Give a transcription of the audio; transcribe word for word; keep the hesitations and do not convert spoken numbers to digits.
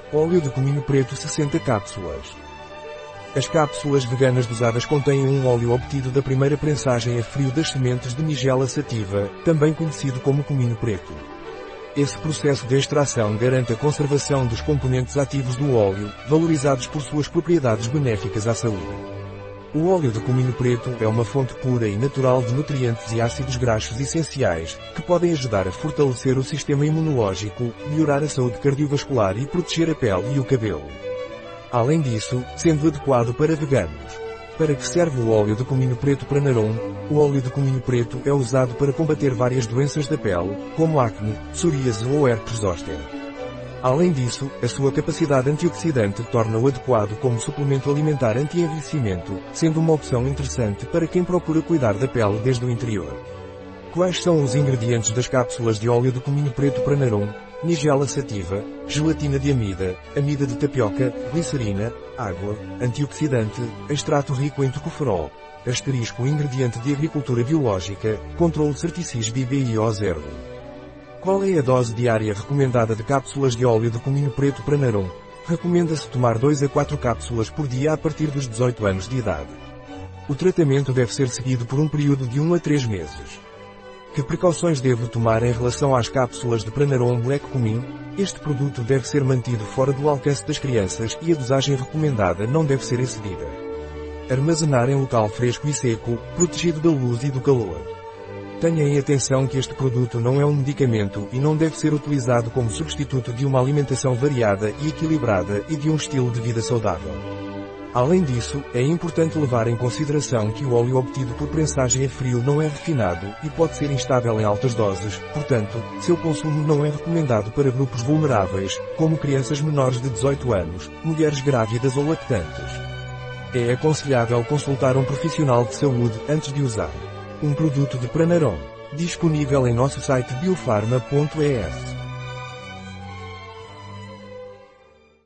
Óleo de cominho preto sessenta cápsulas. As cápsulas veganas dosadas contêm um óleo obtido da primeira prensagem a frio das sementes de Nigella sativa, também conhecido como cominho preto. Esse processo de extração garante a conservação dos componentes ativos do óleo, valorizados por suas propriedades benéficas à saúde. O óleo de cominho preto é uma fonte pura e natural de nutrientes e ácidos graxos essenciais, que podem ajudar a fortalecer o sistema imunológico, melhorar a saúde cardiovascular e proteger a pele e o cabelo. Além disso, sendo adequado para veganos. Para que serve o óleo de cominho preto Pranarum? O óleo de cominho preto é usado para combater várias doenças da pele, como acne, psoríase ou herpes zoster. Além disso, a sua capacidade antioxidante torna-o adequado como suplemento alimentar anti-envelhecimento, sendo uma opção interessante para quem procura cuidar da pele desde o interior. Quais são os ingredientes das cápsulas de óleo de cominho preto Pranarum? Nigella sativa, gelatina de amida, amida de tapioca, glicerina, água, antioxidante, extrato rico em tocoferol. Asterisco ingrediente de agricultura biológica, controle Certicis B B I O zero. Qual é a dose diária recomendada de cápsulas de óleo de cominho preto Pranarum? Recomenda-se tomar dois a quatro cápsulas por dia a partir dos dezoito anos de idade. O tratamento deve ser seguido por um período de um a três meses. Que precauções devo tomar em relação às cápsulas de Pranarum Black Cumin? Este produto deve ser mantido fora do alcance das crianças e a dosagem recomendada não deve ser excedida. Armazenar em local fresco e seco, protegido da luz e do calor. Tenha em atenção que este produto não é um medicamento e não deve ser utilizado como substituto de uma alimentação variada e equilibrada e de um estilo de vida saudável. Além disso, é importante levar em consideração que o óleo obtido por prensagem a frio não é refinado e pode ser instável em altas doses, portanto, seu consumo não é recomendado para grupos vulneráveis, como crianças menores de dezoito anos, mulheres grávidas ou lactantes. É aconselhável consultar um profissional de saúde antes de usar. Um produto de Pranarum, disponível em nosso site biofarma ponto es.